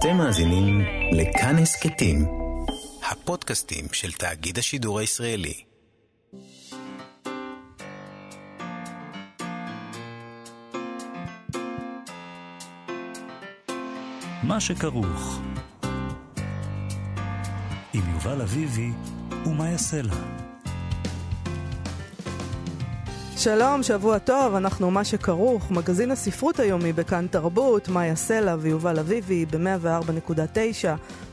אתם מאזינים לכאן הסכתים, הפודקאסטים של תאגיד השידור הישראלי. מה שכרוך עם יובל אביבי ומה יעשה לה. שלום, שבוע טוב, אנחנו מה שכרוך, מגזין הספרות היומי בכאן תרבות, מה יעשה לה ויובל אביבי ב-104.9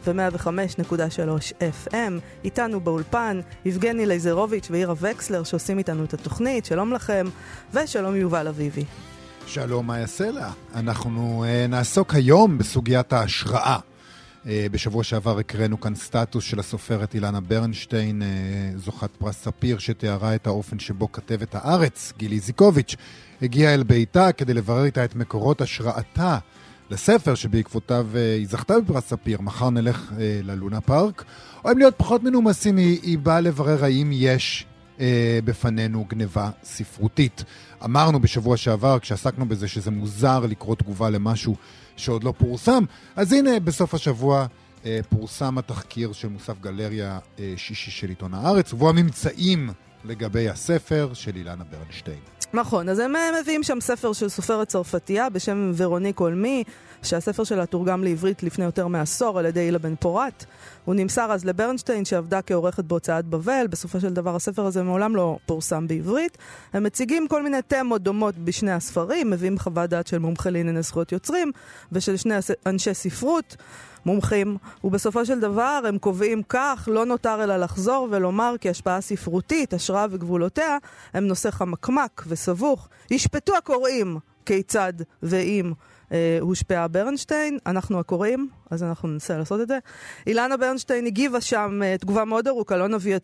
ו-105.3 FM. איתנו באולפן יבגני לייזרוביץ' ואירה וקסלר שעושים איתנו את התוכנית. שלום לכם ושלום יובל אביבי. שלום, מה יעשה לה? אנחנו נעסוק היום בסוגיית ההשראה. בשבוע שעבר הקראנו כאן סטטוס של הסופרת אילנה ברנשטיין, זוכת פרס ספיר, שתיארה את האופן שבו כתבת הארץ, גילי זיקוביץ', הגיעה אל ביתה כדי לברר איתה את מקורות השראתה לספר שבעקבותיו היא זכתה בפרס ספיר, מחר נלך ללונה פארק. או אם להיות פחות מנומסים, היא באה לברר האם יש בפנינו גניבה ספרותית. אמרנו בשבוע שעבר, כשעסקנו בזה, שזה מוזר לקרוא תגובה למשהו שעוד לא פורסם. אז הנה, בסוף השבוע פורסם התחקיר של מוסף גלריה שישי של עיתון הארץ, ובו הממצאים לגבי הספר של אילנה ברנשטיין. נכון, אז הם מביאים שם ספר של סופרת צרפתייה בשם ורוניק אולמי, שהספר שלה תורגם לעברית לפני יותר מעשור על ידי הילה בן פורת. הוא נמסר אז לברנשטיין שעבדה כעורכת בהוצאת בבל. בסופו של דבר הספר הזה מעולם לא פורסם בעברית. הם מציגים כל מיני תמות דומות בשני הספרים, מביאים חוות דעת של מומחה לענייני זכויות יוצרים ושל שני אנשי ספרות מומחים, ובסופו של דבר הם קובעים כך, לא נותר אלא לחזור ולומר כי השפעה ספרותית, השראה וגבולותיה הם נושא חמקמק וסבוך. ישפטו הקוראים כיצד ואם הושפעה ברנשטיין, אנחנו הקוראים, אז אנחנו ננסה לעשות את זה. אילנה ברנשטיין הגיבה שם תגובה מאוד ארוכה, לא נביא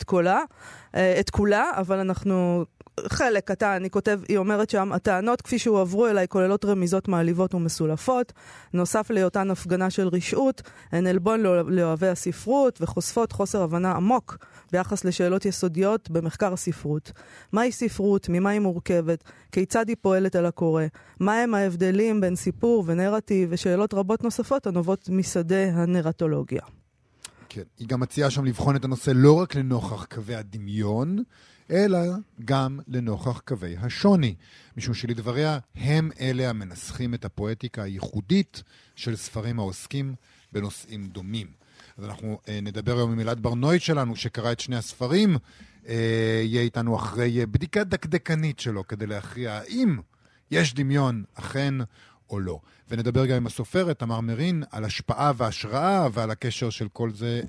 את כולה, אבל אנחנו חלק קטן, היא אומרת שם, הטענות כפי שהועברו אליי כוללות רמיזות מעליבות ומסולפות, נוסף להיותן הפגנה של רשעות, הן עלבון לאוהבי הספרות וחושפות חוסר הבנה עמוק ביחס לשאלות יסודיות במחקר הספרות. מהי ספרות? ממה היא מורכבת? כיצד היא פועלת על הקורא? מהם ההבדלים בין סיפור ונרטיב ושאלות רבות נוספות הנובעות משדה הנרטולוגיה. כן, היא גם מציעה שם לבחון את הנושא לא רק לנוכח קווי הדמיון, אלא גם לנוכח קווי השוני, משום שלדבריה הם אלה המנסחים את הפואטיקה הייחודית של ספרים העוסקים בנושאים דומים. אז אנחנו נדבר היום עם אלעד ברנועי שלנו, שקרא את שני הספרים, יהיה איתנו אחרי בדיקה דקדקנית שלו, כדי להכריע האם יש דמיון אכן או לא. ונדבר גם עם הסופרת תמר מרין על השפעה והשראה ועל הקשר של כל זה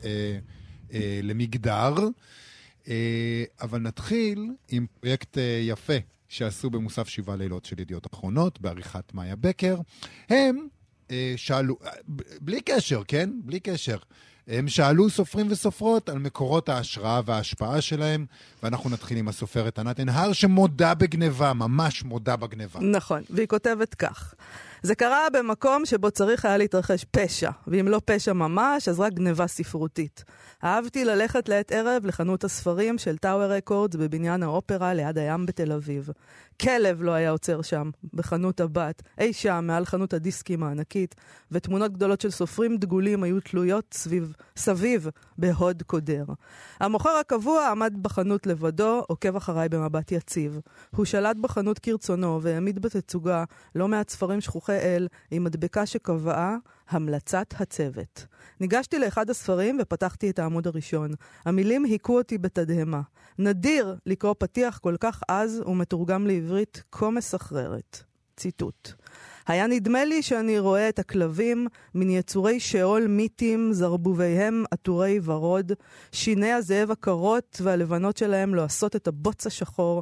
למגדר. אבל נתחיל עם פרויקט יפה שעשו במוסף 7 לילות של ידיעות אחרונות, בעריכת מאיה בקר. הם שאלו, בלי קשר, כן? בלי קשר. הם שאלו סופרים וסופרות על מקורות ההשראה וההשפעה שלהם, ואנחנו נתחיל עם הסופרת ענת ענהר שמודה בגניבה, ממש מודה בגניבה. נכון, והיא כותבת כך: זה קרה במקום שבו צריך היה להתרחש פשע, ואם לא פשע ממש, אז רק גניבה ספרותית. אהבתי ללכת לעת ערב לחנות הספרים של טאוור רקורדס בבניין האופרה ליד הים בתל אביב. כלב לא היה עוצר שם, בחנות הבת, אי שם מעל חנות הדיסקים הענקית, ותמונות גדולות של סופרים דגולים היו תלויות סביב בהוד קודר. המוכר הקבוע עמד בחנות לבדו, עוקב אחריי במבט יציב. הוא שלט בחנות כרצונו והעמיד בתצוגה לא מעט ספרים שכוחי אל עם מדבקה שקבעה המלצת הצוות. ניגשתי לאחד הספרים ופתחתי את העמוד הראשון. המילים היכו אותי בתדהמה. נדיר לקרוא פתיח כל כך עז ומתורגם לעברית כה מסחררת. ציטוט: היה נדמה לי שאני רואה את הכלבים, מן יצורי שאול מיתים, זרבוביהם עטורי ורוד, שיני הזאב הקרות והלבנות שלהם לועשות את הבוץ השחור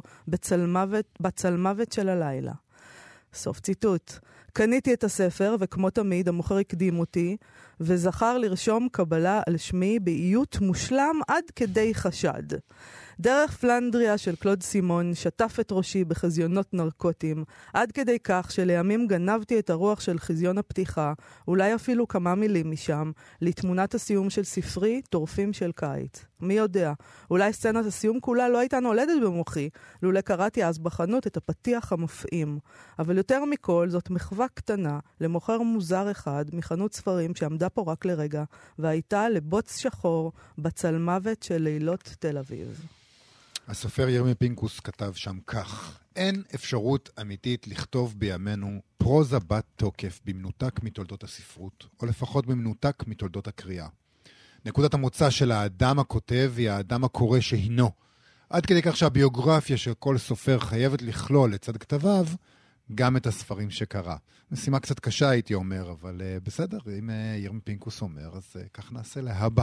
בצלמוות של הלילה. סוף ציטוט. קניתי את הספר, וכמו תמיד המוכר הקדים אותי, וזכר לרשום קבלה על שמי באיות מושלם עד כדי חשד. דרך פלנדריה של קלוד סימון שטף את ראשי בחזיונות נרקוטיים, עד כדי כך שלימים גנבתי את הרוח של חזיון הפתיחה, אולי אפילו כמה מילים משם, לתמונת הסיום של ספרי טורפים של קיץ. מי יודע, אולי סצנת הסיום כולה לא הייתה נולדת במוחי, לולא קראתי אז בחנות את הפתיח המפעים. אבל יותר מכל, זאת מחווה קטנה למוכר מוזר אחד מחנות ספרים שעמדה נפרדה פה רק לרגע, והייתה לבוץ שחור בצלמוות של לילות תל אביב. הסופר ירמי פינקוס כתב שם כך: אין אפשרות אמיתית לכתוב בימינו פרוזה בת תוקף במנותק מתולדות הספרות, או לפחות במנותק מתולדות הקריאה. נקודת המוצא של האדם הכותב היא האדם הקורא שהינו. עד כדי כך שהביוגרפיה של כל סופר חייבת לכלול לצד כתביו גם את הספרים שקרא. משימה קצת קשה הייתי אומר, אבל בסדר, אם ירמי פינקוס אומר, אז כך נעשה להבא.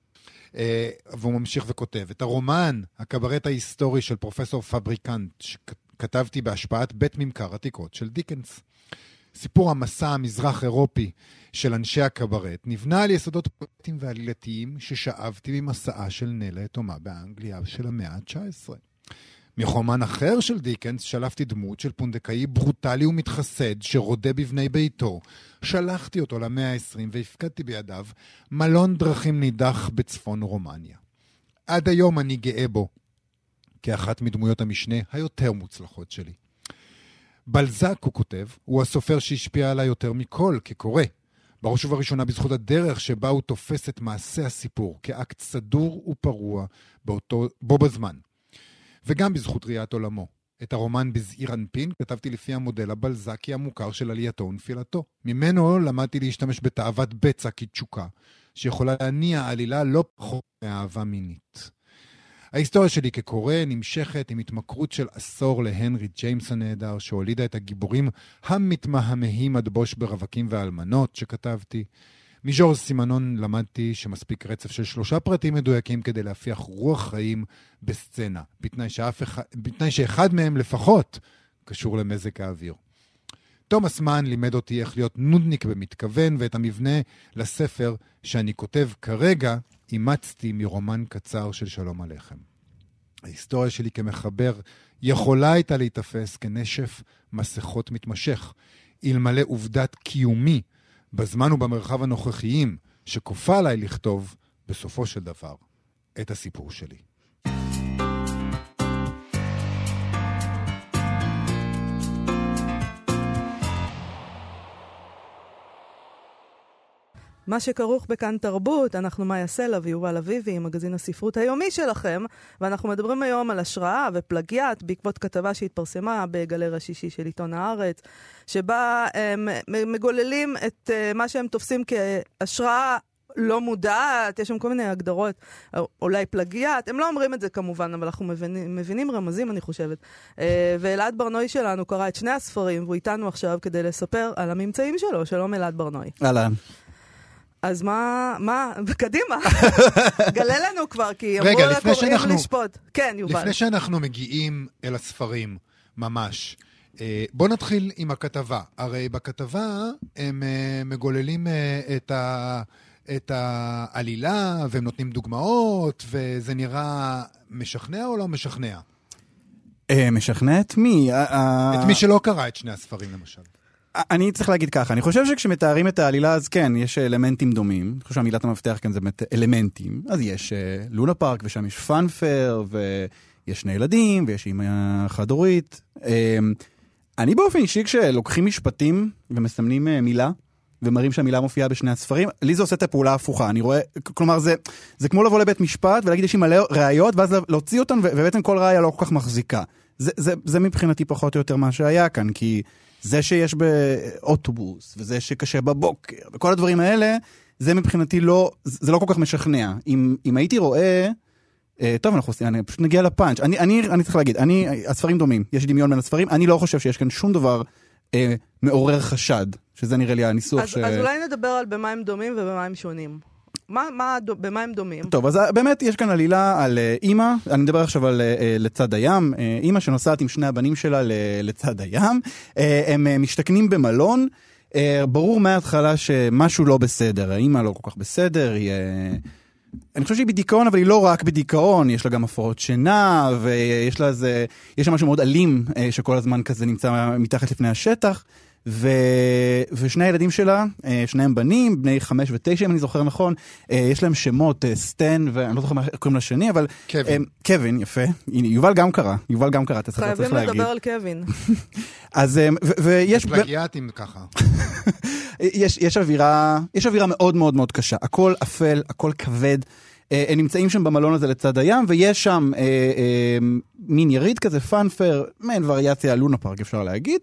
והוא ממשיך וכותב, את הרומן, הקברט ההיסטורי של פרופסור פבריקנט, שכתבתי בהשפעת בית ממכר עתיקות של דיקנס. סיפור המסע המזרח אירופי של אנשי הקברט נבנה על יסודות פרטיים ועלילתיים ששאבתי ממסעה של נלה יתומה באנגליה של המאה ה-19. מחומן אחר של דיקנס שלפתי דמות של פונדקאי ברוטלי ומתחסד שרודה בבני ביתו. שלחתי אותו למאה ה-20 והפקדתי בידיו מלון דרכים נידח בצפון רומניה. עד היום אני גאה בו כאחת מדמויות המשנה היותר מוצלחות שלי. בלזק, הוא כותב, הוא הסופר שהשפיע עליי יותר מכל כקורא. בראש ובראשונה בזכות הדרך שבה הוא תופס את מעשה הסיפור כאקט סדור ופרוע בו בזמן. וגם בזכות ראיית עולמו. את הרומן בזעיר אנפין כתבתי לפי המודל הבלזקי המוכר של עלייתו ונפילתו. ממנו למדתי להשתמש בתאוות בצע כתשוקה, שיכולה להניע עלילה לא פחות מאהבה מינית. ההיסטוריה שלי כקורא נמשכת עם התמכרות של עשור להנרי ג'יימס הנהדר, שהולידה את הגיבורים המתמהמהים עד בוש ברווקים ואלמנות שכתבתי. מז'ורז' סימנון למדתי שמספיק רצף של 3 פרטים מדויקים כדי להפיח רוח חיים בסצנה, בתנאי שאחד מהם לפחות קשור למזג האוויר. תומאס מן לימד אותי איך להיות נודניק במתכוון, ואת המבנה לספר שאני כותב כרגע אימצתי מרומן קצר של שלום עליכם. ההיסטוריה שלי כמחבר יכולה הייתה להתאפס כנשף מסכות מתמשך, אלמלא עובדת קיומי בזמן ובמרחב הנוכחיים שכופה עליי לכתוב בסופו של דבר את הסיפור שלי. מה שכרוך בכאן תרבות, אנחנו מאיה סלע ויובל אביבי, מגזין הספרות היומי שלכם, ואנחנו מדברים היום על השראה ופלגיאט בעקבות כתבה שהתפרסמה בגלריה השישי של עיתון הארץ, שבה הם מגוללים את מה שהם תופסים כהשראה לא מודעת, יש שם כל מיני הגדרות, אולי פלגיאט, הם לא אומרים את זה כמובן, אבל אנחנו מבינים רמזים, אני חושבת. ואלעד ברנוי שלנו קרא את 2 הספרים, והוא איתנו עכשיו כדי לספר על הממצאים שלו. שלום אלעד ברנוי. אהלן. אז מה, קדימה, גלה לנו כבר, כי אמרו לקוראים לשפוט. כן, יובל. לפני שאנחנו מגיעים אל הספרים, ממש, בוא נתחיל עם הכתבה. הרי בכתבה הם מגוללים את העלילה, והם נותנים דוגמאות, וזה נראה משכנע או לא משכנע? משכנע את מי? את מי שלא קרא את 2 הספרים, למשל. אני צריך להגיד ככה, אני חושב שכשמתארים את העלילה, אז כן, יש אלמנטים דומים. אני חושב שהמילת המפתח כאן זה באמת אלמנטים. אז יש לונה פארק, ושם יש פאנפר, ויש 2 ילדים, ויש אמא חד-הורית. אני באופן אישי, כשלוקחים משפטים ומסמנים מילה, ומראים שהמילה מופיעה ב2 הספרים, לי זה עושה את הפעולה ההפוכה. אני רואה, כלומר, זה כמו לבוא לבית משפט, ולהגיד יש לי מלא ראיות, ואז להוציא אותן, ובעצם כל ראיה לא כל כך מחזיקה. זה מבחינתי פחות או יותר מה שהיה כאן, כי זה שיש באוטובוס, וזה שקשה בבוקר, וכל הדברים האלה, זה מבחינתי לא, זה לא כל כך משכנע. אם הייתי רואה, טוב, אני פשוט נגיע לפאנץ'. אני צריך להגיד, הספרים דומים, יש דמיון בין הספרים, אני לא חושב שיש כאן שום דבר מעורר חשד, שזה נראה לי הניסוח אז אולי נדבר על במה הם דומים ובמה הם שונים. במה הם דומים? טוב, אז באמת יש כאן עלילה על אמא, אני מדבר עכשיו על לצד הים, אמא שנוסעת עם 2 הבנים שלה לצד הים, הם משתכנים במלון, ברור מההתחלה שמשהו לא בסדר, האמא לא כל כך בסדר, אני חושב שהיא בדיכאון, אבל היא לא רק בדיכאון, יש לה גם הפרעות שינה, ויש לה משהו מאוד אלים שכל הזמן כזה נמצא מתחת לפני השטח, ושני הילדים שלה, שניהם בנים, בני 5 ו9, אם אני זוכר נכון, יש להם שמות, סטן, ואני לא זוכר מה קוראים לשני, אבל... קווין, יפה. הנה, יובל גם קרא, את הספר, צריך להגיד. חייבים לדבר על קווין. אז, ויש... פלגיאטים ככה. יש אווירה מאוד מאוד מאוד קשה. הכל אפל, הכל כבד. הם נמצאים שם במלון הזה לצד הים, ויש שם מין יריד כזה, פאנפר, מעין וריאציה על לונה פארק, אפשר להגיד.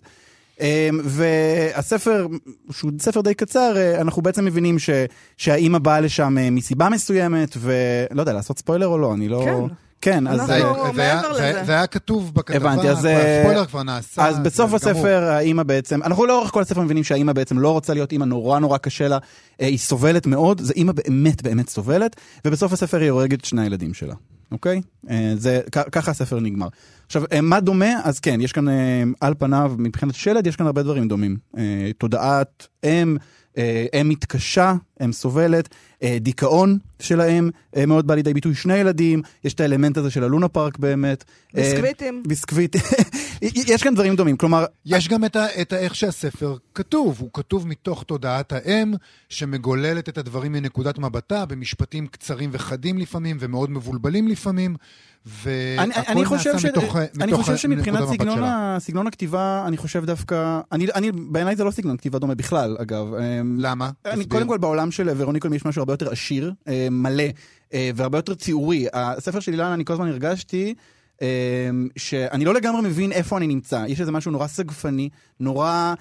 והספר, שהוא ספר די קצר, אנחנו בעצם מבינים שהאימא באה לשם מסיבה מסוימת, ולא יודע, לעשות ספוילר או לא, אני לא... כן, אז... זה היה כתוב בכתבה, הספוילר כבר נעשה. אז בסוף הספר האמא בעצם, אנחנו לאורך כל הספר מבינים שהאמא בעצם לא רוצה להיות אמא נורא קשה לה, היא סובלת מאוד, זה אמא באמת סובלת, ובסוף הספר היא הורגת את שני הילדים שלה, אוקיי? ככה הספר נגמר. עכשיו, מה דומה? אז כן, יש כאן על פניו, מבחינת שלד, יש כאן הרבה דברים דומים. תודעת אם מתקשה, אם סובלת, דיכאון שלהם מאוד בא לידי ביטוי, שני ילדים, יש את האלמנט הזה של הלונה פארק באמת. ביסקוויטים. יש כאן דברים דומים, כלומר... יש גם את איך שהספר כתוב, הוא כתוב מתוך תודעת האם, שמגוללת את הדברים מנקודת מבטה, במשפטים קצרים וחדים לפעמים, ומאוד מבולבלים לפעמים, אני חושב שמבחינת סגנון הכתיבה, אני חושב דווקא, בעיניי זה לא סגנון כתיבה דומה בכלל, אגב. למה? קודם כל בעולם של ורוניקולם יש משהו הרבה יותר עשיר, מלא, והרבה יותר ציורי. הספר של אילן, אני כל הזמן הרגשתי, שאני לא לגמרי מבין איפה אני נמצא. יש איזה משהו נורא סגפני, נורא...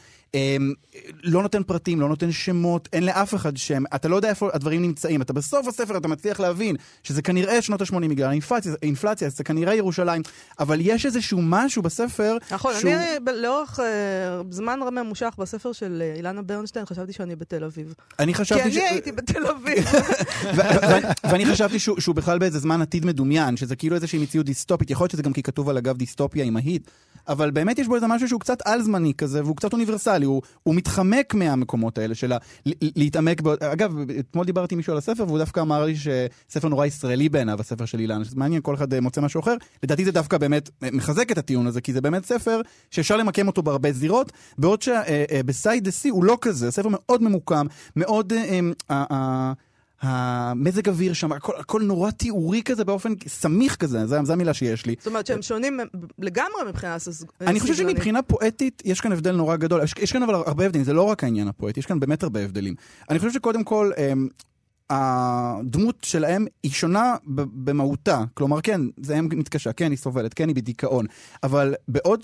לא נותן פרטים, לא נותן שמות, אין לאף אחד שם, אתה לא יודע איפה הדברים נמצאים, אתה בסוף הספר אתה מצליח להבין שזה כנראה שנות ה-80 בגלל האינפלציה, זה כנראה ירושלים, אבל יש איזשהו משהו בספר נכון, אני לאורך זמן ממושך בספר של אילנה ברנשטיין, חשבתי שאני בתל אביב. כי אני הייתי בתל אביב. ואני חשבתי שהוא בכלל באיזה זמן עתיד מדומיין, שזה כאילו איזושהי מציאות דיסטופית, יכול להיות שזה גם כי כתוב על אגב דיסטופיה עם ההיט, אבל באמת יש בו איזה משהו שהוא קצת על-זמני כזה, והוא קצת אוניברסלי, הוא מתחמק מהמקומות האלה שלה, להתעמק אגב, אתמול דיברתי עם מישהו על הספר, והוא דווקא אמר לי שספר נורא ישראלי בעיניו, הספר של אילן, שזה מעניין, כל אחד מוצא משהו אחר, לדעתי זה דווקא באמת מחזק את הטיעון הזה, כי זה באמת ספר שאפשר למקם אותו בהרבה זירות, בעוד שבסייד דה סי הוא לא כזה, ספר מאוד ממוקם, מאוד... המזג אוויר שם, הכל נורא תיאורי כזה באופן סמיך כזה, זו המילה שיש לי. זאת אומרת שהם שונים לגמרי מבחינה סגנונית. אני חושב שמבחינה פואטית יש כאן הבדל נורא גדול, יש כאן אבל הרבה הבדלים, זה לא רק העניין הפואטי, יש כאן באמת הרבה הבדלים. אני חושב שקודם כל, הדמות שלהם היא שונה במהותה, כלומר כן, זה הם מתקשה, כן היא סובלת, כן היא בדיכאון, אבל בעוד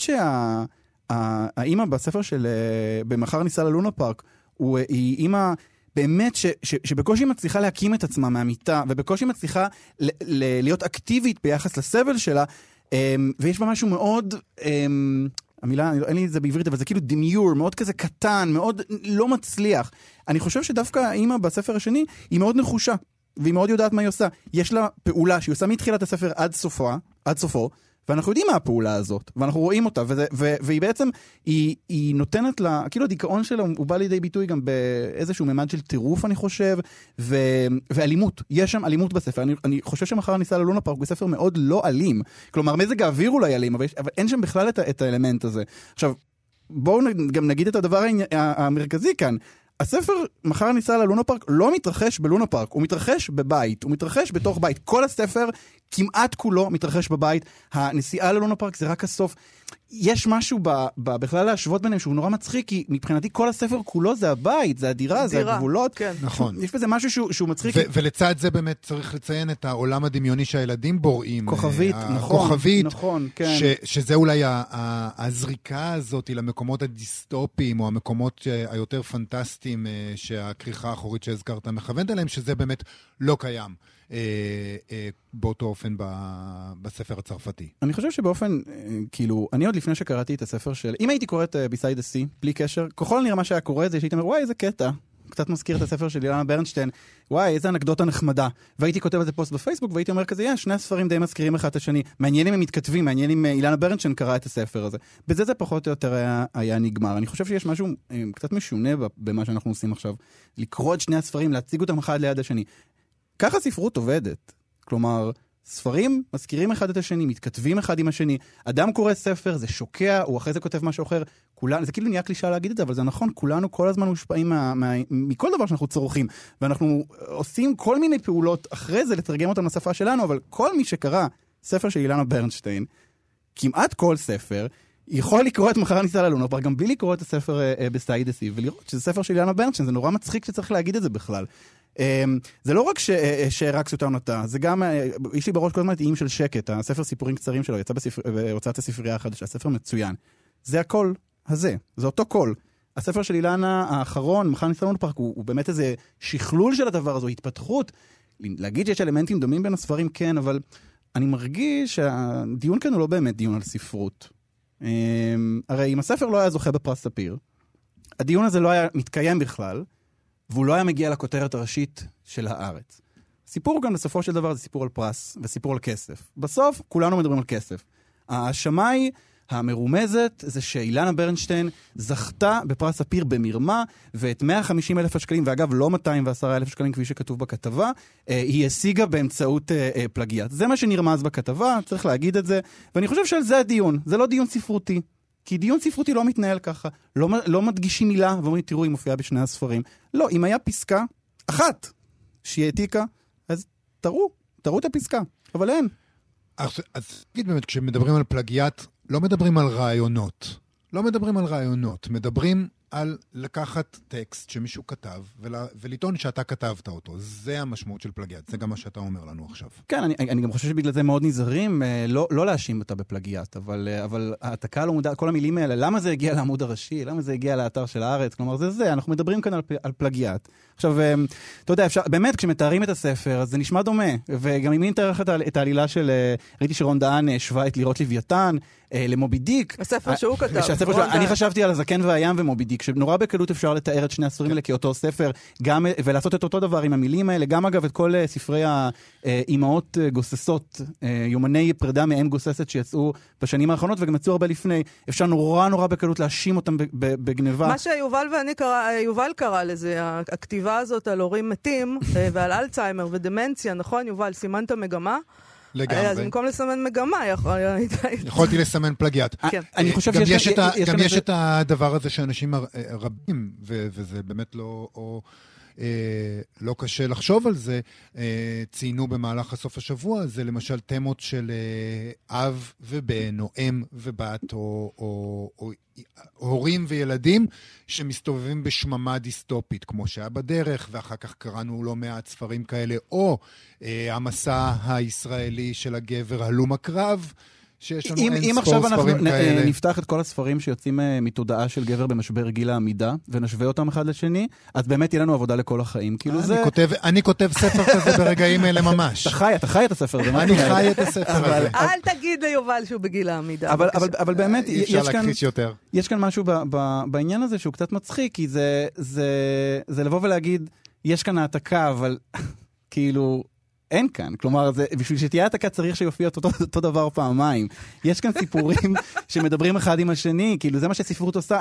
שהאימא בספר של במחר ניסה ללונה פארק, היא אימא באמת שבקושי מצליחה להקים את עצמה מהמיטה, ובקושי מצליחה להיות אקטיבית ביחס לסבל שלה, ויש בה משהו מאוד, המילה, אין לי את זה בעברית, אבל זה כאילו דמיור, מאוד כזה קטן, מאוד לא מצליח. אני חושב שדווקא האמא בספר השני, היא מאוד נחושה, והיא מאוד יודעת מה היא עושה. יש לה פעולה שהיא עושה מתחילת הספר עד סופו, ואנחנו יודעים מה הפעולה הזאת, ואנחנו רואים אותה, והיא בעצם, היא נותנת לה, כאילו הדיכאון שלה, הוא בא לידי ביטוי גם באיזשהו ממד של טירוף, אני חושב, ואלימות. יש שם אלימות בספר. אני חושב שמחר ניסה ללונה פארק בספר מאוד לא אלים. כלומר, מזג האוויר אולי אלים, אבל אין שם בכלל את האלמנט הזה. עכשיו, בואו גם נגיד את הדבר המרכזי כאן. הספר מחר ניסה ללונה פארק לא מתרחש בלונה פארק, הוא מתרחש בבית, הוא מתרחש בתוך בית. כל הספר כמעט כולו מתרחש בבית. הנסיעה ללונה פארק זה רק הסוף. יש משהו בכלל להשוות ביניהם שהוא נורא מצחיק, כי מבחינתי כל הספר כולו זה הבית, זה הדירה, זה הגבולות. כן. נכון. יש בזה משהו שהוא מצחיק. ולצד זה באמת צריך לציין את העולם הדמיוני שהילדים בוראים. כוכבית, נכון. כוכבית, נכון, כן. שזה אולי הזריקה הזאת למקומות הדיסטופיים, או המקומות היותר פנטסטיים שהכריכה האחורית שהזכרת מכוונת אליהם, שזה באמת לא קיים. באותו אופן בספר הצרפתי. אני חושב שבאופן, כאילו, אני עוד לפני שקראתי את הספר של, אם הייתי קורא את Beside the Sea, בלי קשר, ככל נראה מה שהיה קורא את זה, שהייתי אומר, וואי, איזה קטע. קצת מזכיר את הספר של אילנה ברנשטיין, וואי, איזה אנקדוטה נחמדה. והייתי כותב את זה פוסט בפייסבוק, והייתי אומר כזה, שני הספרים די מזכירים אחד את השני. מעניין אם הם מתכתבים, מעניין אם אילנה ברנשטיין קרא את הספר הזה. בזה זה פחות או יותר היה נגמר. אני חושב שיש משהו קצת משונה במה שאנחנו עושים עכשיו. לקרוא את שני הספרים, להציג אותם אחד ליד השני. ככה ספרות עובדת. כלומר, ספרים מזכירים אחד את השני, מתכתבים אחד עם השני. אדם קורא ספר, זה שוקע, הוא אחרי זה כותב משהו אחר. זה כאילו נהיה קלישה להגיד את זה, אבל זה נכון, כולנו כל הזמן מושפעים מכל דבר שאנחנו צורכים, ואנחנו עושים כל מיני פעולות אחרי זה לתרגם אותם לשפה שלנו, אבל כל מי שקרא ספר של אילנה ברנשטיין, כמעט כל ספר, יכול לקרוא את מחר ניסה ללונה פארק, גם בלי לקרוא את הספר בסטאי דסי, ולראות שזה ספר של אילנה ברנשטיין, זה נורא מצחיק שצריך להגיד את זה בכלל. זה לא רק שרק סוטה עונתה, זה גם, יש לי בראש כל הזמן את איים של שקט, הספר סיפורים קצרים שלו, יצא בהוצאת הספרייה החדשה, הספר מצוין. זה הכל הזה, זה אותו קול. הספר של אילנה האחרון, מחר ניסה ללונה פארק, הוא באמת איזה שכלול של הדבר הזו, התפתחות. להגיד שיש אלמנטים דומים בין הספרים, כן, אבל אני מרגיש שהדיון כאן הוא לא באמת דיון על ספרות. הרי אם הספר לא היה זוכה בפרס ספיר, הדיון הזה לא היה מתקיים בכלל, והוא לא היה מגיע לכותרת הראשית של הארץ. סיפור גם בסופו של דבר זה סיפור על פרס וסיפור על כסף. בסוף כולנו מדברים על כסף. השמאי המרומזת זה שאילנה ברנשטיין זכתה בפרס ספיר במרמה, ואת 150,000 השקלים, ואגב לא 210,000 שקלים כפי שכתוב בכתבה, היא השיגה באמצעות פלגיאט. זה מה שנרמז בכתבה, צריך להגיד את זה, ואני חושב שעל זה הדיון, זה לא דיון ספרותי. כי דיון ספרותי לא מתנהל ככה. לא מדגישים מילה, ואומרים, תראו, היא מופיעה בשני הספרים. לא, אם היה פסקה אחת שהיא העתיקה, אז תראו את הפסקה. אבל אין. אז תגיד באמת, כשמדברים על פלגיאט, לא מדברים על רעיונות. מדברים על לקחת טקסט שמישהו כתב, ולטעון שאתה כתבת אותו. זה המשמעות של פלגיאט. זה גם מה שאתה אומר לנו עכשיו. כן, אני גם חושב שבגלל זה מאוד נזהרים לא להאשים אותה בפלגיאט, אבל העתקה לא מודע, כל המילים האלה, למה זה הגיע לעמוד הראשי? למה זה הגיע לאתר של הארץ? כלומר, זה. אנחנו מדברים כאן על פלגיאט. עכשיו, אתה יודע, באמת, כשמתארים את הספר, אז זה נשמע דומה. וגם אם נתארך את העלילה של, ראיתי שרון דהן השווה את לירות לוויתן, למובי דיק. הספר שהוא כתב. אני חשבתי על הזקן והים ומובי דיק, שנורא בקלות אפשר לתאר את שני הספרים האלה כאותו ספר, ולעשות את אותו דבר עם המילים האלה, גם אגב את כל ספרי האימהות גוססות, יומני פרידה מאם גוססת שיצאו בשנים האחרונות, וגם יצאו הרבה לפני. אפשר נורא בקלות להאשים אותם בגניבה. מה שיובל קרא לזה, הכתיבה הזאת על הורים מתים, ועל אלצהיימר ודמנציה, נכון יובל, סימנת מגמה? לגמרי. אז במקום לסמן מגמה, יכולתי לסמן פלגיאט. אני חושב גם יש את הדבר הזה שאנשים רבים, וזה באמת לא קשה לחשוב על זה, ציינו במהלך הסוף השבוע, זה למשל תמות של אב ובן, או אם ובת, או הורים וילדים שמסתובבים בשממה דיסטופית, כמו שהיה בדרך, ואחר כך קראנו לא מעט ספרים כאלה, או המסע הישראלי של הגבר הלום הקרב, שיש לנו אין ספור ספרים כאלה. אם עכשיו אנחנו נפתח את כל הספרים שיוצאים מתודעה של גבר במשבר גיל העמידה, ונשווה אותם אחד לשני, אז באמת תהיה לנו עבודה לכל החיים. אני כותב ספר כזה ברגעים אלה ממש. אתה חי את הספר. אני חי את הספר הזה. אל תגיד ליובל שהוא בגיל העמידה. אבל באמת, יש כאן משהו בעניין הזה שהוא קצת מצחיק, כי זה לבוא ולהגיד, יש כאן העתקה, אבל כאילו... אין כאן, כלומר, בשביל שתהיה העתקה צריך שיופיע אותו דבר פעמיים. יש כאן סיפורים שמדברים אחד עם השני, כאילו זה מה שספרות עושה.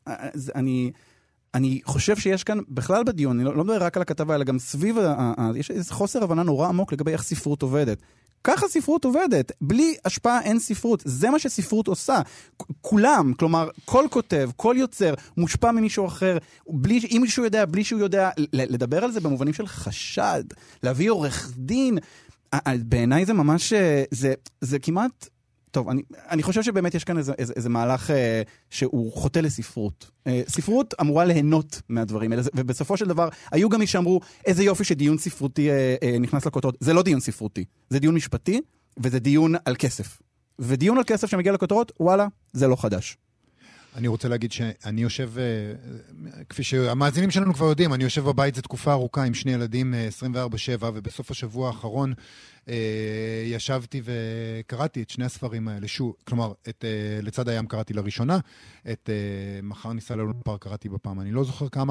אני חושב שיש כאן, בכלל בדיון, אני לא מדבר רק על הכתבה, אלא גם סביב, יש איזה חוסר הבנה נורא עמוק לגבי איך ספרות עובדת. ככה ספרות עובדת, בלי השפעה אין ספרות, זה מה שספרות עושה. כולם, כלומר, כל כותב, כל יוצר, מושפע ממישהו אחר, אם מישהו יודע, בלי שהוא יודע, לדבר על זה במובנים של חשד, להביא עורך דין, בעיניי זה ממש, זה כמעט... טוב, אני חושב שבאמת יש כאן איזה מהלך שהוא חוטא לספרות. ספרות אמורה ליהנות מהדברים האלה, ובסופו של דבר, היו גם מי שאמרו, איזה יופי שדיון ספרותי נכנס לכותרות. זה לא דיון ספרותי, זה דיון משפטי, וזה דיון על כסף. ודיון על כסף שמגיע לכותרות, וואלה, זה לא חדש. אני רוצה להגיד שאני יושב, כפי שהמאזינים שלנו כבר יודעים, אני יושב בבית זו תקופה ארוכה עם שני ילדים 24/7, ובסוף השבוע האחרון ישבתי וקראתי את שני הספרים האלה, כלומר, את לצד הים קראתי לראשונה, את מחר ניסה ללונה פארק קראתי בפעם, אני לא זוכר כמה,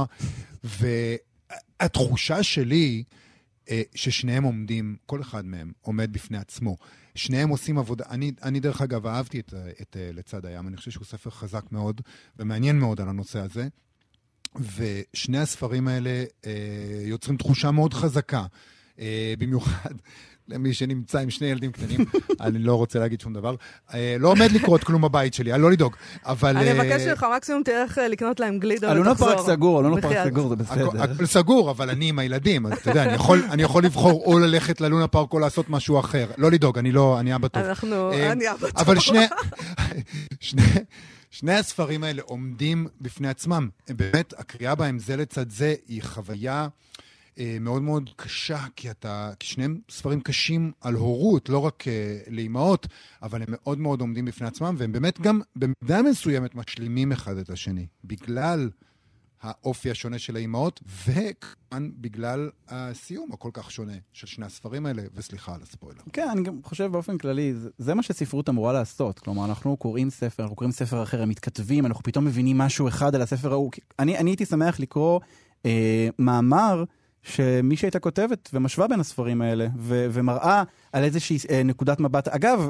והתחושה שלי ששניהם עומדים, כל אחד מהם עומד בפני עצמו, שניהם עושים עבודה, אני דרך אגב אהבתי את לצד הים, אני חושב שהוא ספר חזק מאוד ומעניין מאוד על הנושא הזה, ושני הספרים האלה יוצרים תחושה מאוד חזקה. במיוחד למי שנמצא עם שני ילדים קטנים, אני לא רוצה להגיד שום דבר. לא עומד לקרות כלום בבית שלי, לא לדאוג. אבל... אני מבקש לך, מקסימום תלך לקנות להם גלידה ותחזור. אלונה פארק סגור, אלונה פארק סגור, זה בסדר. סגור, אבל אני עם הילדים, אז אתה יודע, אני יכול לבחור או ללכת ללונה פארק או לעשות משהו אחר. לא לדאוג, אני אבא טוב. אני אבא טוב. אבל שני הספרים האלה עומדים בפני עצמם. באמת, הקריאה בהם זה לצד זה היא חוויה מאוד מאוד קשה, כי שניהם ספרים קשים על הורות, לא רק לאימהות, אבל הם מאוד מאוד עומדים בפני עצמם, והם באמת גם במידה מסוימת משלימים אחד את השני, בגלל האופי השונה של האימהות, וכאן בגלל הסיום הכל כך שונה של שני הספרים האלה, וסליחה על הספוילר. כן, אני גם חושב באופן כללי, זה מה שספרות אמורה לעשות. כלומר, אנחנו קוראים ספר, אנחנו קוראים ספר אחר, הם מתכתבים, אנחנו פתאום מבינים משהו אחד על הספר ההוא. אני הייתי שמח לקרוא מאמר שמי שהייתה כותבת ומשווה בין הספרים האלה, ומראה על איזושהי נקודת מבט. אגב,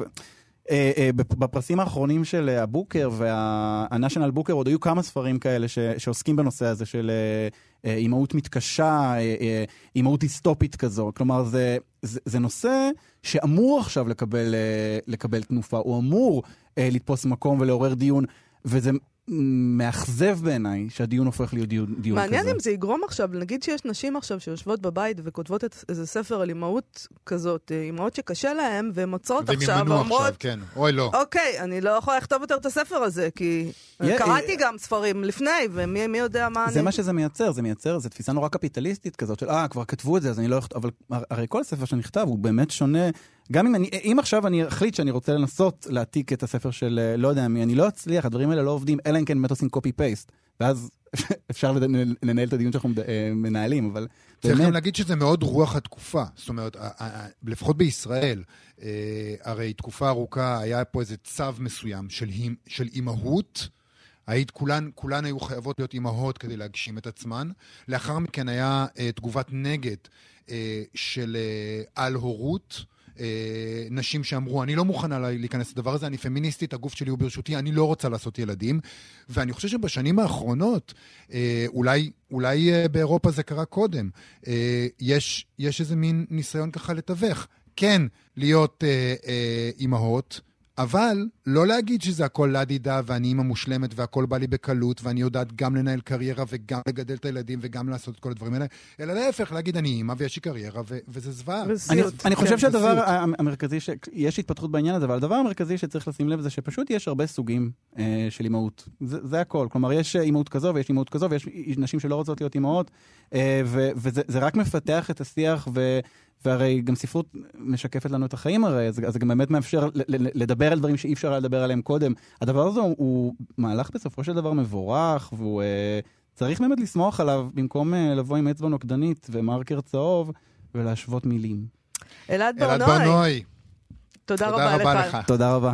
בפרסים האחרונים של הבוקר והנשיונל בוקר עוד היו כמה ספרים כאלה שעוסקים בנושא הזה של אימהות מתקשה, אימהות היסטופית כזו. כלומר, זה נושא שאמור עכשיו לקבל תנופה, הוא אמור לתפוס מקום ולעורר דיון, וזה מאכזב בעיניי שהדיון הופך להיות דיון כזה. מעניין אם זה יגרום עכשיו, נגיד שיש נשים עכשיו שיושבות בבית וכותבות איזה ספר על אימהות כזאת, אימהות שקשה להן, והן מוצאות עכשיו ואומרות, כן. אוי לא. אוקיי, אני לא יכולה לכתוב יותר את הספר הזה, כי קראתי גם ספרים לפני, ומי יודע מה אני... זה מה שזה מייצר, זה תפיסה נורא קפיטליסטית כזאת, של כבר כתבו את זה, אז אני לא יכתוב, אבל הרי כל ספר שנכתב הוא באמת שונה, גם אם עכשיו אני אחליט שאני רוצה לנסות להעתיק את הספר של, לא יודע מי, אני לא אצליח, הדברים האלה לא עובדים, אלא אם כן באמת עושים copy-paste, ואז אפשר לנהל את הדיון שאנחנו מנהלים, אבל... צריך גם להגיד שזה מאוד רוח התקופה, זאת אומרת, לפחות בישראל, הרי תקופה ארוכה היה פה איזה צו מסוים של אימהות, כולן היו חייבות להיות אימהות כדי להגשים את עצמן, לאחר מכן היה תגובת נגד של על הורות, נשים שאמרו, אני לא מוכנה להיכנס לדבר הזה, אני פמיניסטית, הגוף שלי הוא ברשותי, אני לא רוצה לעשות ילדים, ואני חושב שבשנים האחרונות, אולי באירופה זה קרה קודם, יש איזה מין ניסיון ככה לתווך, כן, להיות אימהות, אבל לא להגיד שזה הכל לדידה ואני אימא מושלמת והכל בא לי בקלות ואני יודעת גם לנהל קריירה וגם לגדל את הילדים וגם לעשות את כל הדברים האלה, אלא להפך להגיד אני אימא ויש לי קריירה וזה זוועה. אני חושב שהדבר המרכזי, יש התפתחות בעניין הזה, אבל הדבר המרכזי שצריך לשים לב זה שפשוט יש הרבה סוגים של אימהות. זה הכל. כלומר, יש אימהות כזו ויש אימהות כזו ויש נשים שלא רוצות להיות אימהות, וזה רק מפתח את השיח והרי גם ספרות משקפת לנו את החיים הרי, אז זה גם באמת מאפשר לדבר על דברים שאי אפשר לדבר עליהם קודם. הדבר הזה הוא מהלך בסופו של דבר מבורך, והוא צריך באמת לסמוך עליו, במקום לבוא עם אצבע נוקדנית ומרקר צהוב, ולהשוות מילים. אלעד ברנועי. תודה רבה לך. תודה רבה.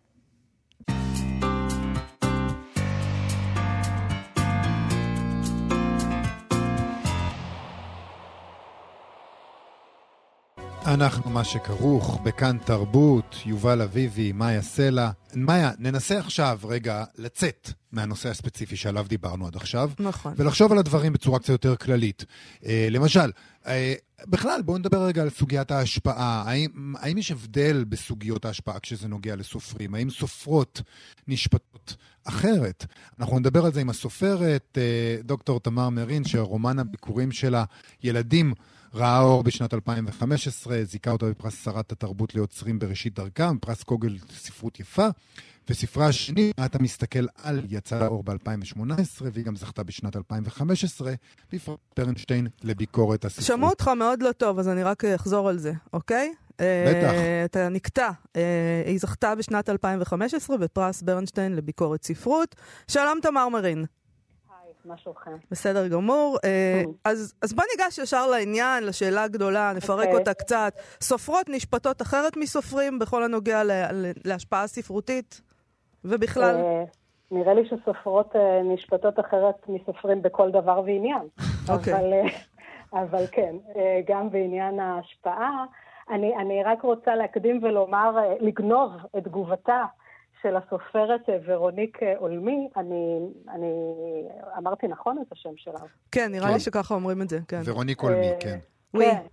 אנחנו מה שכרוך, בכאן תרבות, יובל אביבי, מאיה סלע. מאיה, ננסה עכשיו רגע לצאת מהנושא הספציפי שעליו דיברנו עד עכשיו. נכון. ולחשוב על הדברים בצורה קצת יותר כללית. למשל, בכלל בואו נדבר רגע על סוגיית ההשפעה. האם יש הבדל בסוגיות ההשפעה כשזה נוגע לסופרים? האם סופרות נשפטות אחרת? אנחנו נדבר על זה עם הסופרת, דוקטור תמר מרין, שהרומן הביקורים שלה, ילדים, ראה אור בשנת 2015, זיקה אותה בפרס שרת התרבות ליוצרים בראשית דרכם, פרס קוגל ספרות יפה, וספרה השני, אתה מסתכל על יצא לאור ב-2018, והיא גם זכתה בשנת 2015, בפרס ברנשטיין לביקורת הספרות. שמעו אותך מאוד לא טוב, אז אני רק אחזור על זה, אוקיי? בטח. אתה נקטע. היא זכתה בשנת 2015 בפרס ברנשטיין לביקורת ספרות. שלום תמר מרין. מה שלומכם? בסדר גמור. אז בוא ניגש ישר לעניין, לשאלה הגדולה, נפרק אותה קצת. סופרות נשפטות אחרת מסופרים בכל הנוגע להשפעה ספרותית ובכלל? נראה לי שסופרות נשפטות אחרת מסופרים בכל דבר ועניין. אבל כן, גם בעניין ההשפעה, אני רק רוצה להקדים ולומר, לגנוב את תגובתה של הסופרת ורוניק אולמי, אני אמרתי נכון את השם שלה. כן, נראה לי שככה אומרים את זה, כן. ורוניק אולמי, כן. כן.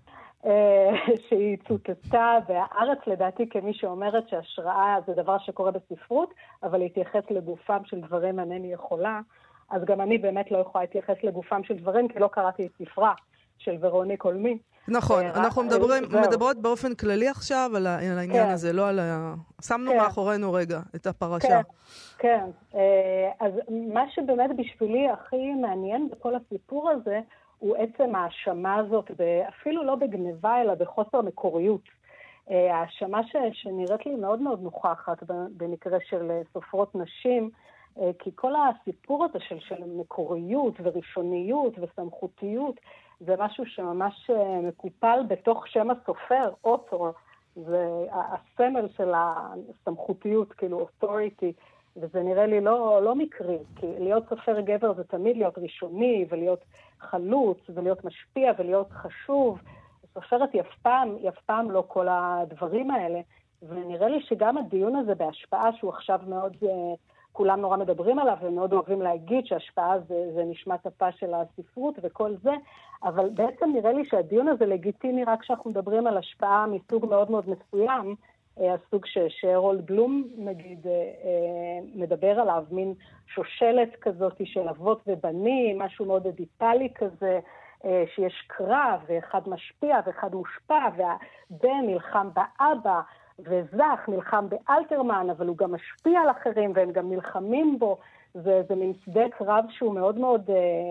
שהיא צוטטה בהארץ לדעתי כמי שאומרת שהשראה זה דבר שקורה בספרות, אבל להתייחס לגופם של דברים אינני יכולה. אז גם אני באמת לא יכולה להתייחס לגופם של דברים, כי לא קראתי את ספרה של ורוניק קולמי. נכון, אנחנו מדברות באופן כללי עכשיו על העניין הזה, לא על שמנו מאחורינו רגע את הפרשה. כן, אז מה שבאמת בשבילי הכי מעניין בכל הסיפור הזה, הוא עצם האשמה הזאת, אפילו לא בגניבה, אלא בחוסר מקוריות. האשמה שנראית לי מאוד מאוד נוכחת במקרה של סופרות נשים, כי כל הסיפור הזה של מקוריות וראשוניות וסמכותיות, זה משהו שממש מקופל בתוך שם הסופר, אוטור, זה הסמל של הסמכותיות, כאילו authority, וזה נראה לי לא מקרי, כי להיות סופר גבר זה תמיד להיות ראשוני, ולהיות חלוץ, ולהיות משפיע, ולהיות חשוב. סופרת היא אף פעם לא כל הדברים האלה, ונראה לי שגם הדיון הזה בהשפעה, שהוא עכשיו מאוד, כולם נורא מדברים עליו, ומאוד אוהבים להגיד שהשפעה זה נשמת הפה של הספרות וכל זה, אבל בעצם נראה לי שהדיון הזה לגיטימי רק כשאנחנו מדברים על השפעה מסוג מאוד מאוד מסוים, הסוג שרולד בלום נגיד מדבר עליו, מין שושלת כזאת של אבות ובנים, משהו מאוד אדיפלי כזה, שיש קרב ואחד משפיע ואחד מושפע, והבן נלחם באבא וזך נלחם באלתרמן, אבל הוא גם משפיע על אחרים והם גם נלחמים בו, זה מין שדה קרב שהוא מאוד מאוד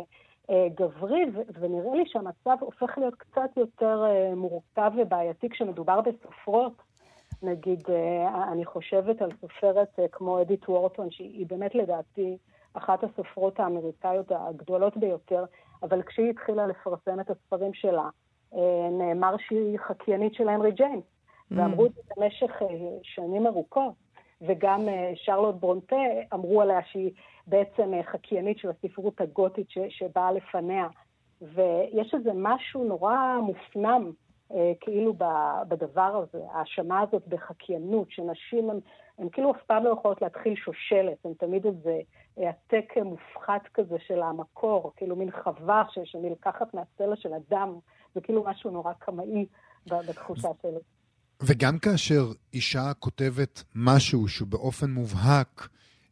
גברי, ונראה לי שהמצב הופך להיות קצת יותר מורכב ובעייתי כשמדובר בסופרות. נגיד, אני חושבת על סופרת כמו אדית וורטון, שהיא באמת לדעתי אחת הסופרות האמריקאיות הגדולות ביותר, אבל כשהיא התחילה לפרסם את הספרים שלה, נאמר שהיא חקיינית של הנרי ג'יימס, ואמרו את זה במשך שנים ארוכות, וגם שרלוט ברונטה אמרו עליה שהיא בעצם חקיינית של הספרות הגותית שבאה לפניה, ויש איזה משהו נורא מופנם, כאילו בדבר הזה, האשמה הזאת בחקיינות, שנשים הן כאילו אף פעם לא יכולות להתחיל שושלת, הן תמיד איזה העתק מופחת כזה של המקור, כאילו מין חווה שנלקחת מהצלע של אדם, זה כאילו משהו נורא קמאי בתחושה שלי. וגם כאשר אישה כותבת משהו שהוא באופן מובהק,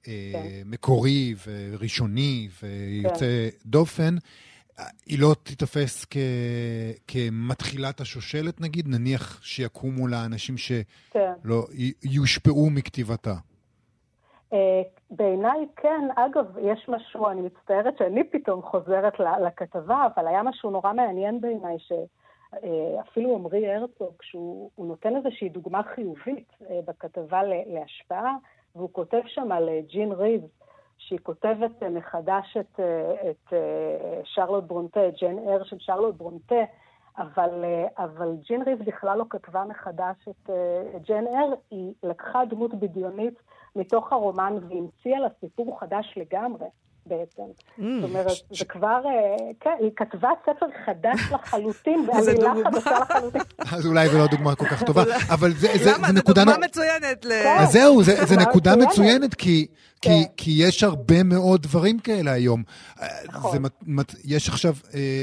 מקורי וראשוני ויוצא דופן, היא לא תתפס כמתחילת השושלת, נניח שיקומו לה אנשים שלא יושפעו מכתיבתה. בעיניי כן, אגב, יש משהו, אני מצטערת שאני פתאום חוזרת לכתבה, אבל היה משהו נורא מעניין בעיניי, שאפילו עמרי הרצוג, כשהוא נותן איזושהי דוגמה חיובית בכתבה להשפעה, והוא כותב שם על ג'ין ריבס, שהיא כותבת מחדש את שרלוט ברונטה, ג'יין אר של שרלוט ברונטה, אבל ג'ין ריבס בכלל לא כתבה מחדש את ג'יין אר, היא לקחה דמות בדיונית מתוך הרומן והמציאה לה סיפור חדש לגמרי בעצם. זאת אומרת, זה כבר, כן, היא כתבה ספר חדש לחלוטין, ועלילה חדשה לחלוטין. אז אולי זו לא דוגמה כל כך טובה, אבל זה נקודה... למה? זו דוגמה מצוינת. אז זהו, זה נקודה מצוינת, כי יש הרבה מאוד דברים כאלה היום. יש עכשיו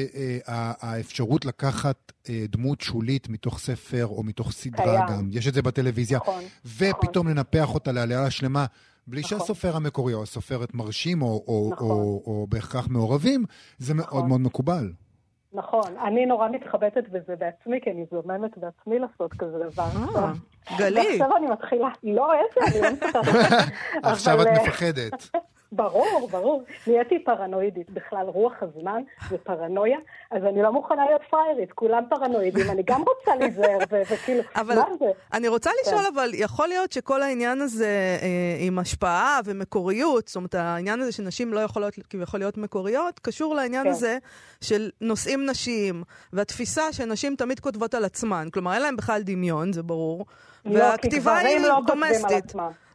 האפשרות לקחת דמות שולית מתוך ספר או מתוך סדרה גם, יש את זה בטלוויזיה, ופתאום לנפח אותה לעלילה שלמה, בלי שהסופר המקורי או הסופרת מרשים או בהכרח מעורבים, זה מאוד מאוד מקובל. נכון, אני נורא מתחבטת בזה בעצמי, כי אני זוממת בעצמי לעשות כזה דבר. גלי. ועכשיו אני מתחילה, לא, אני לא מתחבטת. עכשיו את מפחדת. ברור. נהייתי פרנואידית, בכלל רוח הזמן ופרנויה, אז אני לא מוכנה להיות פריירית, כולם פרנואידים, אני גם רוצה להיזהר, וכאילו, מה זה? אני רוצה לשאול, אבל יכול להיות שכל העניין הזה עם השפעה ומקוריות, זאת אומרת, העניין הזה שנשים לא יכולות כביכול להיות מקוריות, קשור לעניין הזה של נושאים נשיים, והתפיסה שנשים תמיד כותבות על עצמן, כלומר, אין להם בכלל דמיון, זה ברור, והכתיבה היא דומסטית.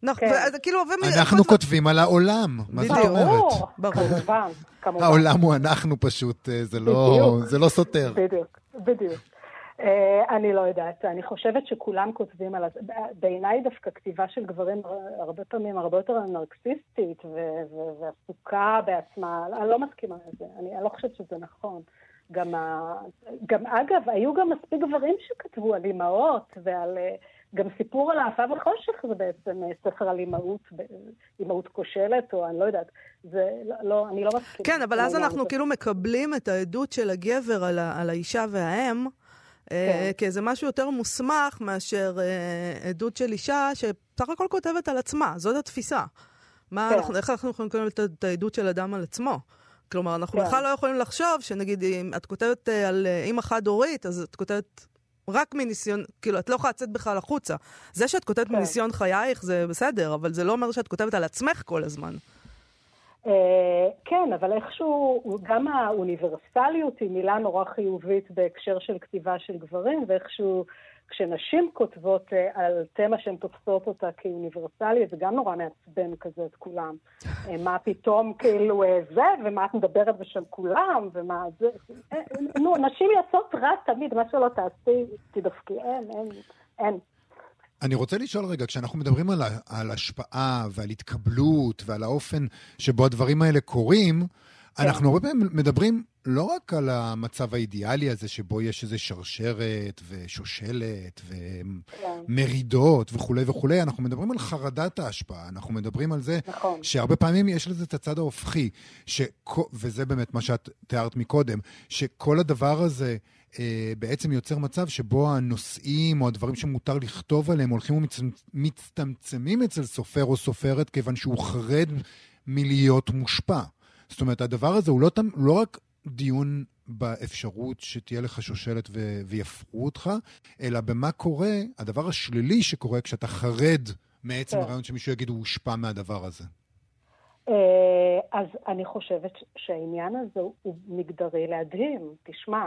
אנחנו כותבים על העולם, מה זאת אומרת? כמובן. העולם הוא אנחנו פשוט, זה לא סותר. בדיוק. אני לא יודעת, אני חושבת שכולם כותבים על... בעיניי דווקא כתיבה של גברים הרבה פעמים הרבה יותר נרקסיסטית ועסוקה בעצמה, אני לא מסכימה לזה, אני לא חושבת שזה נכון. גם אגב, היו גם מספיק גברים שכתבו על אימהות ועל... גם סיפור על האפה וחושך זה בעצם ספר על אימהות כושלת, או אני לא יודעת. זה לא, אני לא מסכים. כן, אבל אז אנחנו כאילו מקבלים את העדות של הגבר על האישה והאם, כי זה משהו יותר מוסמך מאשר עדות של אישה שסך הכל כותבת על עצמה. זאת התפיסה. איך אנחנו יכולים לקבל את העדות של אדם על עצמו? כלומר, אנחנו בכלל לא יכולים לחשוב שנגיד, אם את כותבת על אמא חד-הורית, אז את כותבת רק מניסיון, כאילו, את לא יכולה לצאת בכלל החוצה. זה שאת כותבת מניסיון חייך זה בסדר, אבל זה לא אומר שאת כותבת על עצמך כל הזמן. כן, אבל איכשהו, גם האוניברסליות היא מילה נורא חיובית בהקשר של כתיבה של גברים, ואיכשהו כשנשים כותבות על תמה שהן תופסות אותה כאוניברסלית, זה גם נורא מעצבן כזה את כולם. מה פתאום כאילו זה, ומה את מדברת בשם כולם, ומה זה... נו, נשים יוצאות רע תמיד, מה שלא תעשי, תדפקי, אין. אני רוצה לשאול רגע, כשאנחנו מדברים על השפעה ועל התקבלות ועל האופן שבו הדברים האלה קורים, אנחנו הרבה פעמים מדברים לא רק על המצב האידיאלי הזה שבו יש איזו שרשרת ושושלת ומרידות וכו' וכו', אנחנו מדברים על חרדת ההשפעה, אנחנו מדברים על זה שהרבה פעמים יש לזה את הצד ההופכי, וזה באמת מה שאת תיארת מקודם, שכל הדבר הזה בעצם יוצר מצב שבו הנושאים או הדברים שמותר לכתוב עליהם הולכים ומצטמצמים אצל סופר או סופרת כיוון שהוא חרד מלהיות מושפע. זאת אומרת, הדבר הזה הוא לא רק דיון באפשרות שתהיה לך שושלת ויפרו אותך, אלא במה קורה, הדבר השלילי שקורה כשאתה חרד מעצם הרעיון שמישהו יגיד הוא הושפע מהדבר הזה. אז אני חושבת שהעניין הזה הוא מגדרי להדהים. תשמע,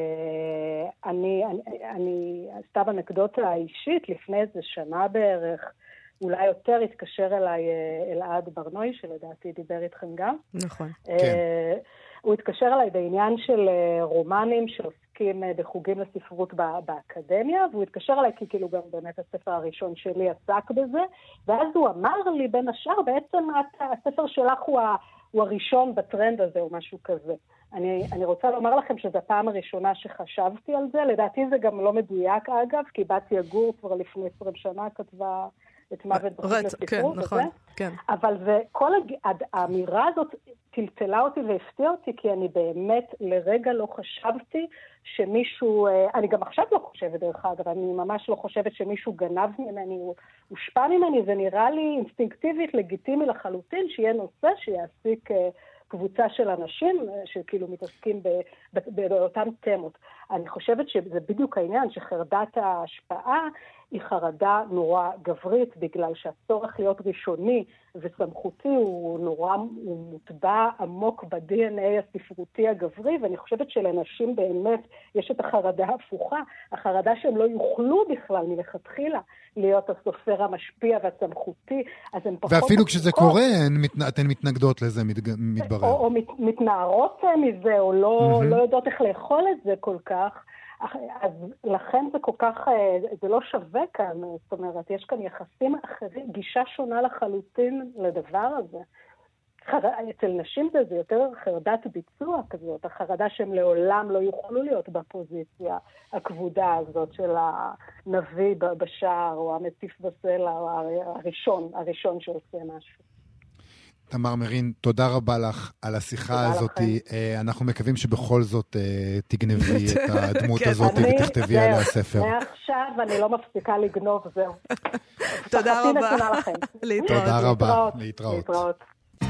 אני סתם אנקדוטה אישית, לפני איזה שנה בערך, אולי יותר התקשר אליי אלעד ברנוי, שלדעתי דיבר איתכם גם. נכון. כן. הוא התקשר אליי בעניין של רומנים שעוסקים בחוגים לספרות באקדמיה, והוא התקשר אליי כי כאילו גם באמת הספר הראשון שלי עסק בזה, ואז הוא אמר לי בין השאר, בעצם הספר שלך הוא הראשון בטרנד הזה או משהו כזה. אני רוצה לומר לכם שזו הפעם הראשונה שחשבתי על זה, לדעתי זה גם לא מדויק אגב, כי בת יגור כבר לפני 20 שנה כתבה את מוות בחוג לספרות. כן, נכון, כן. אבל כל האמירה הזאת טלטלה אותי והפתיע אותי, כי אני באמת לרגע לא חשבתי שמישהו, אני גם עכשיו לא חושבת דרך אגב, אני ממש לא חושבת שמישהו גנב ממני, הוא הושפע ממני, זה נראה לי אינסטינקטיבית, לגיטימי לחלוטין, שיהיה נושא שיעסיק קבוצה של אנשים שכאילו מתעסקים באותן תמות. אני חושבת שזה בדיוק העניין, שחרדת ההשפעה היא חרדה נורא גברית, בגלל שהצורך להיות ראשוני וסמכותי הוא מוטבע עמוק ב-DNA הספרותי הגברי, ואני חושבת שלנשים באמת יש את החרדה ההפוכה, החרדה שהם לא יוכלו בכלל מלכתחילה להיות הסופר המשפיע והסמכותי, אז הם פחות... ואפילו כשזה קורה, אתן מתנגדות לזה, מתברר. או מתנערות מזה, או לא יודעות איך לאכול את זה כל כך, אז לכן זה כל כך, זה לא שווה כאן, זאת אומרת, יש כאן יחסים אחרים, גישה שונה לחלוטין לדבר הזה. אצל נשים זה יותר חרדת ביצוע כזאת, החרדה שהם לעולם לא יוכלו להיות בפוזיציה הכבודה הזאת של הנביא בשער, או המציף בסלע, או הראשון שעושה משהו. תמר מרין, תודה רבה לך על השיחה הזאת. אנחנו מקווים שבכל זאת תגנבי את הדמות הזאת ותכתבי עליה ספר. מעכשיו אני לא מפסיקה לגנוב, זהו. תודה רבה. תודה רבה. להתראות.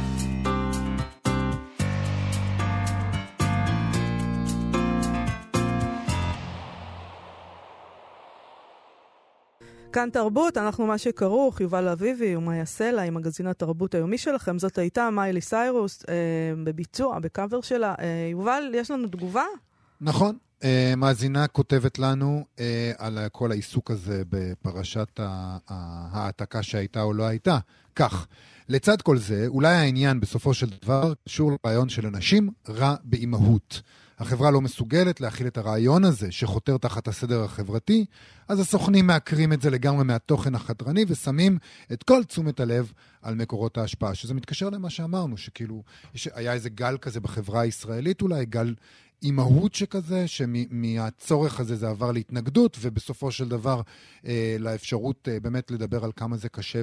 כאן תרבות, אנחנו מה שכרוך, יובל אביבי ומה יעשה לה עם מגזין התרבות היומי שלכם. זאת הייתה מיילי סיירוס בביצוע, בקאבר שלה. יובל, יש לנו תגובה? נכון. מאזינה כותבת לנו על כל העיסוק הזה בפרשת העתקה שהייתה או לא הייתה. כך, לצד כל זה, אולי העניין בסופו של דבר קשור לרעיון של אנשים רע באימהות. החברה לא מסוגלת להכיל את הרעיון הזה שחותר תחת הסדר החברתי, אז הסוכנים מעקרים את זה לגמרי מהתוכן החתרני ושמים את כל תשומת הלב על מקורות ההשפעה, שזה מתקשר למה שאמרנו, שכאילו היה איזה גל כזה בחברה הישראלית אולי, גל אימהות שכזה, שמהצורך הזה זה עבר להתנגדות, ובסופו של דבר לאפשרות באמת לדבר על כמה זה קשה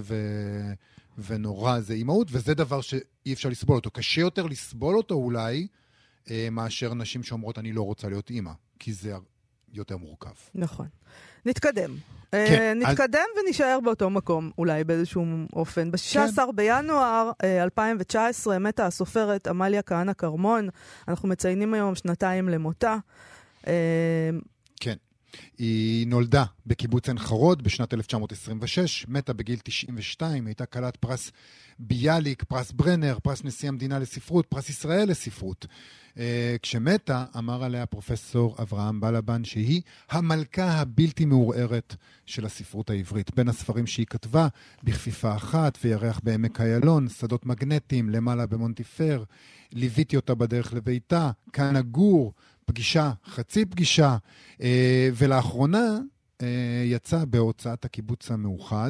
ונורא זה אימהות, וזה דבר שאי אפשר לסבול אותו. קשה יותר לסבול אותו אולי, מאשר נשים שאומרות אני לא רוצה להיות אימא, כי זה יותר מורכב. נכון. נתקדם. כן, נתקדם ונשאר באותו מקום, אולי באיזשהו אופן. ב-16 בינואר 2019 מתה הסופרת עמליה כהנא כרמון. אנחנו מציינים היום 2 למותה. כן. היא נולדה בקיבוץ עין חרוד בשנת 1926, מתה בגיל 92, הייתה כלת פרס ביאליק, פרס ברנר, פרס נשיא המדינה לספרות, פרס ישראל לספרות. כשמתה, אמר עליה פרופסור אברהם בלבן שהיא המלכה הבלתי מעורערת של הספרות העברית. בין הספרים שהיא כתבה, בכפיפה אחת וירח בעמק איילון, שדות מגנטיים, למעלה במונטיפר, ליוויתי אותה בדרך לביתה, כאן הגור, פגישה, חצי פגישה, ולאחרונה יצא בהוצאת הקיבוץ המאוחד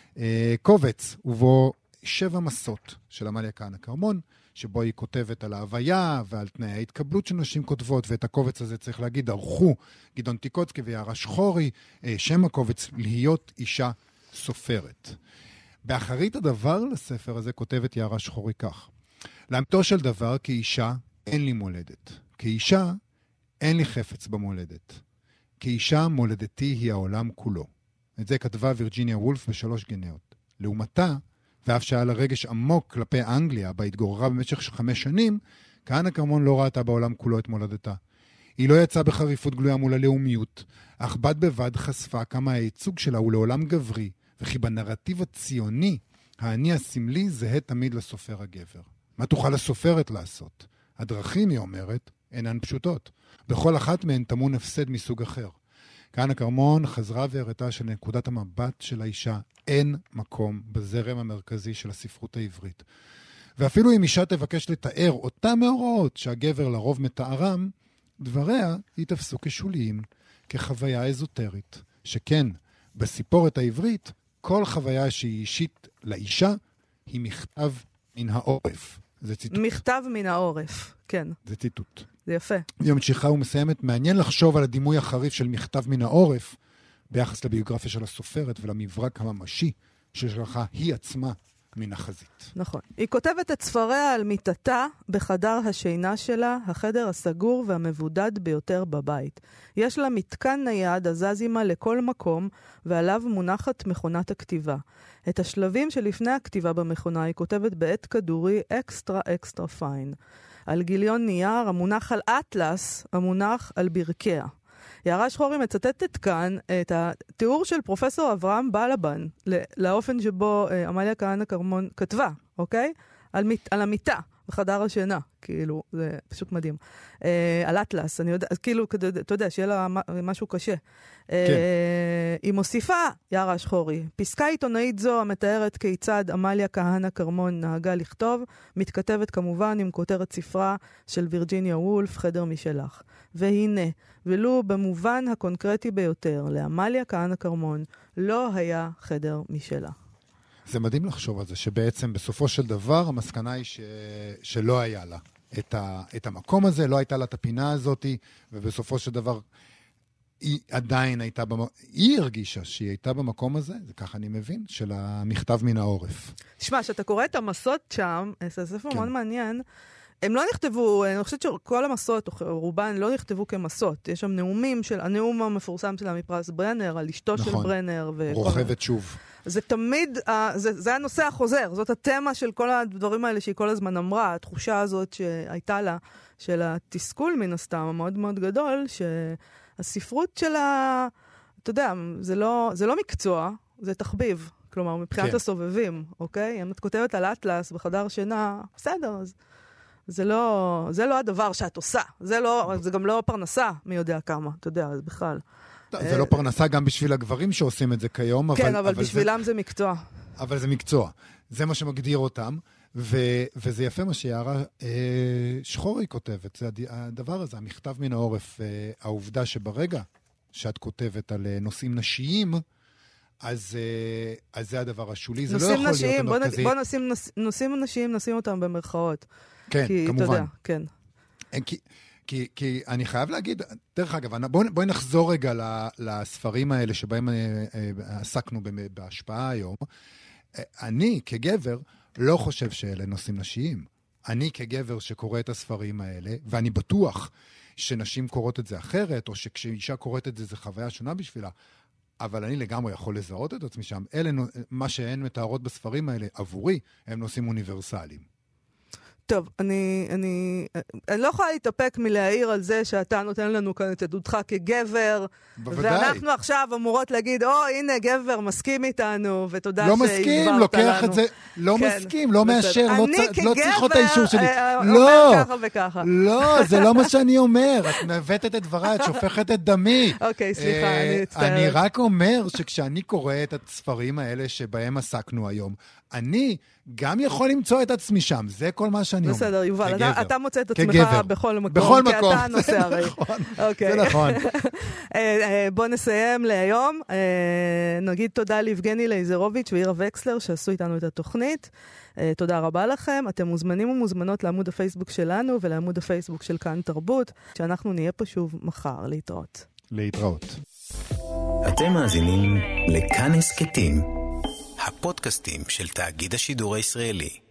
קובץ ובו 7 מסות של עמליה כהנא כרמון, שבו היא כותבת על ההוויה ועל תנאי ההתקבלות שנשים כותבות, ואת הקובץ הזה צריך להגיד, ערכו גדעון טיקוצקי ויערה שחורי, שם הקובץ להיות אישה סופרת. באחרית הדבר לספר הזה כותבת יערה שחורי כך: לאמיתו של דבר, כאישה אין לי מולדת. כאישה אין לי חפץ במולדת. כאישה מולדתי היא העולם כולו. את זה כתבה וירג'יניה וולף ב3 גניות. לעומתה, ואף שהיה לה רגש עמוק כלפי אנגליה, בה התגוררה במשך 5 שנים, כהנא כרמון לא ראתה בעולם כולו את מולדתה. היא לא יצאה בחריפות גלויה מול הלאומיות, אך בד בבד חשפה כמה הייצוג שלה הוא לעולם גברי, וכי בנרטיב הציוני, האני הסמלי זהה תמיד לסופר הגבר. מה תוכל הסופרת לעשות? הדרכים, היא אומרת, אינן פשוטות. בכל אחת מהן טמון הפסד מסוג אחר. כהנא כרמון חזרה והראתה שלנקודת המבט של האישה אין מקום בזרם המרכזי של הספרות העברית. ואפילו אם אישה תבקש לתאר אותם מאורעות שהגבר לרוב מתארם, דבריה ייתפסו כשוליים, כחוויה אזוטרית. שכן, בסיפורת העברית, כל חוויה שהיא אישית לאישה היא מכתב מן העורף. זה ציטוט. מכתב מן העורף, כן. זה ציטוט. זה יפה. היא ממשיכה ומסיימת, מעניין לחשוב על הדימוי החריף של מכתב מן העורף, ביחס לביוגרפיה של הסופרת ולמברק הממשי ששלחה היא עצמה מן החזית. נכון. היא כותבת את ספריה על מיטתה בחדר השינה שלה, החדר הסגור והמבודד ביותר בבית. יש לה מתקן נייד הזז עימה לכל מקום, ועליו מונחת מכונת הכתיבה. את השלבים שלפני הכתיבה במכונה היא כותבת בעת כדורי אקסטרה פיין. על גיליון נייר המונח על אטלס, המונח על ברכיה. יערה שחורי מצטטת כאן את התיאור של פרופסור אברהם בלבן לאופן שבו עמליה כהנא כרמון כתבה, אוקיי? על המיטה בחדר השינה, כאילו, זה פשוט מדהים. על אטלס, אני יודע, כאילו, אתה יודע, שיהיה לה משהו קשה. היא מוסיפה, יערה שחורי, פסקה עיתונאית זו המתארת כיצד עמליה כהנא כרמון נהגה לכתוב, מתכתבת כמובן עם כותרת ספרה של וירג'יניה וולף, חדר משלך. והנה, ולו במובן הקונקרטי ביותר, לעמליה כהנא כרמון לא היה חדר משלה. זה מדהים לחשוב על זה, שבעצם בסופו של דבר המסקנה היא שלא היה לה את המקום הזה, לא הייתה לה את הפינה הזאת, ובסופו של דבר היא עדיין הייתה, היא הרגישה שהיא הייתה במקום הזה, זה ככה אני מבין, של המכתב מן העורף. תשמע, שאתה קורא את המסות שם, זה ספר מאוד מעניין, הם לא נכתבו, אני חושבת שכל המסות, רובן לא נכתבו כמסות. יש שם נאומים של, הנאום המפורסם שלה מפרס ברנר, על אשתו של ברנר. רוכבת שוב. זה תמיד, זה הנושא החוזר, זאת התמה של כל הדברים האלה שהיא כל הזמן אמרה, התחושה הזאת שהייתה לה, של התסכול מן הסתם, המאוד מאוד גדול, שהספרות שלה, אתה יודע, זה לא מקצוע, זה תחביב. כלומר, מבחינת הסובבים, אוקיי? אם את כותבת על אטלס בחדר שינה, בסדר, אז זה לא הדבר שאת עושה. זה גם לא פרנסה, מי יודע כמה, אתה יודע, אז בכלל. זה לא פרנסה גם בשביל הגברים שעושים את זה כיום. כן, אבל בשבילם זה מקצוע. אבל זה מקצוע. זה מה שמגדיר אותם. וזה יפה מה שיערה שחורי כותבת, זה הדבר הזה, המכתב מן העורף, העובדה שברגע שאת כותבת על נושאים נשיים, אז זה הדבר השולי, זה לא יכול להיות המרכזי. בוא נשים נושאים נשיים, נשים אותם במרכאות. כן, כמובן. אתה יודע, כן. כי אני חייב להגיד, דרך אגב, בואי נחזור רגע לספרים האלה שבהם עסקנו בהשפעה היום. אני כגבר לא חושב שאלה נושאים נשיים. אני כגבר שקורא את הספרים האלה, ואני בטוח שנשים קוראות את זה אחרת, או שכשאישה קוראת את זה, זה חוויה שונה בשבילה. אבל אני לגמרי יכול לזהות את עצמי שם. אלה, מה שהן מתארות בספרים האלה, עבורי, הם נושאים אוניברסליים. טוב, אני לא יכולה להתאפק מלהעיר על זה שאתה נותן לנו כאן את עדותך כגבר, בוודאי. ואנחנו עכשיו אמורות להגיד, הנה גבר מסכים איתנו, ותודה לא שהגברת לנו. מסכים, לוקח את זה, לא כן, מסכים, לא מאשר, לא צריך את האישור שלי. אומר ככה וככה. לא, זה לא מה שאני אומר, את מעוותת את דבריי, את שופכת את דמי. אוקיי, סליחה, אני אצטער. אני רק אומר שכשאני קורא את הספרים האלה שבהם עסקנו היום, אני גם יכול למצוא את עצמי שם, זה כל מה שאני אומר. בסדר, יובל, אתה מוצא את עצמך בכל מקום, בכל מקום, כי אתה הנושא הרי. זה נכון. בוא נסיים להיום. נגיד תודה ליבגני לייזרוביץ' ואירה וקסלר שעשו איתנו את התוכנית. תודה רבה לכם. אתם מוזמנים ומוזמנות לעמוד הפייסבוק שלנו ולעמוד הפייסבוק של כאן תרבות, שאנחנו נהיה פה שוב מחר. להתראות. להתראות. אתם מאזינים לכאן הסכתים, הפודקאסטים של תאגיד השידור הישראלי.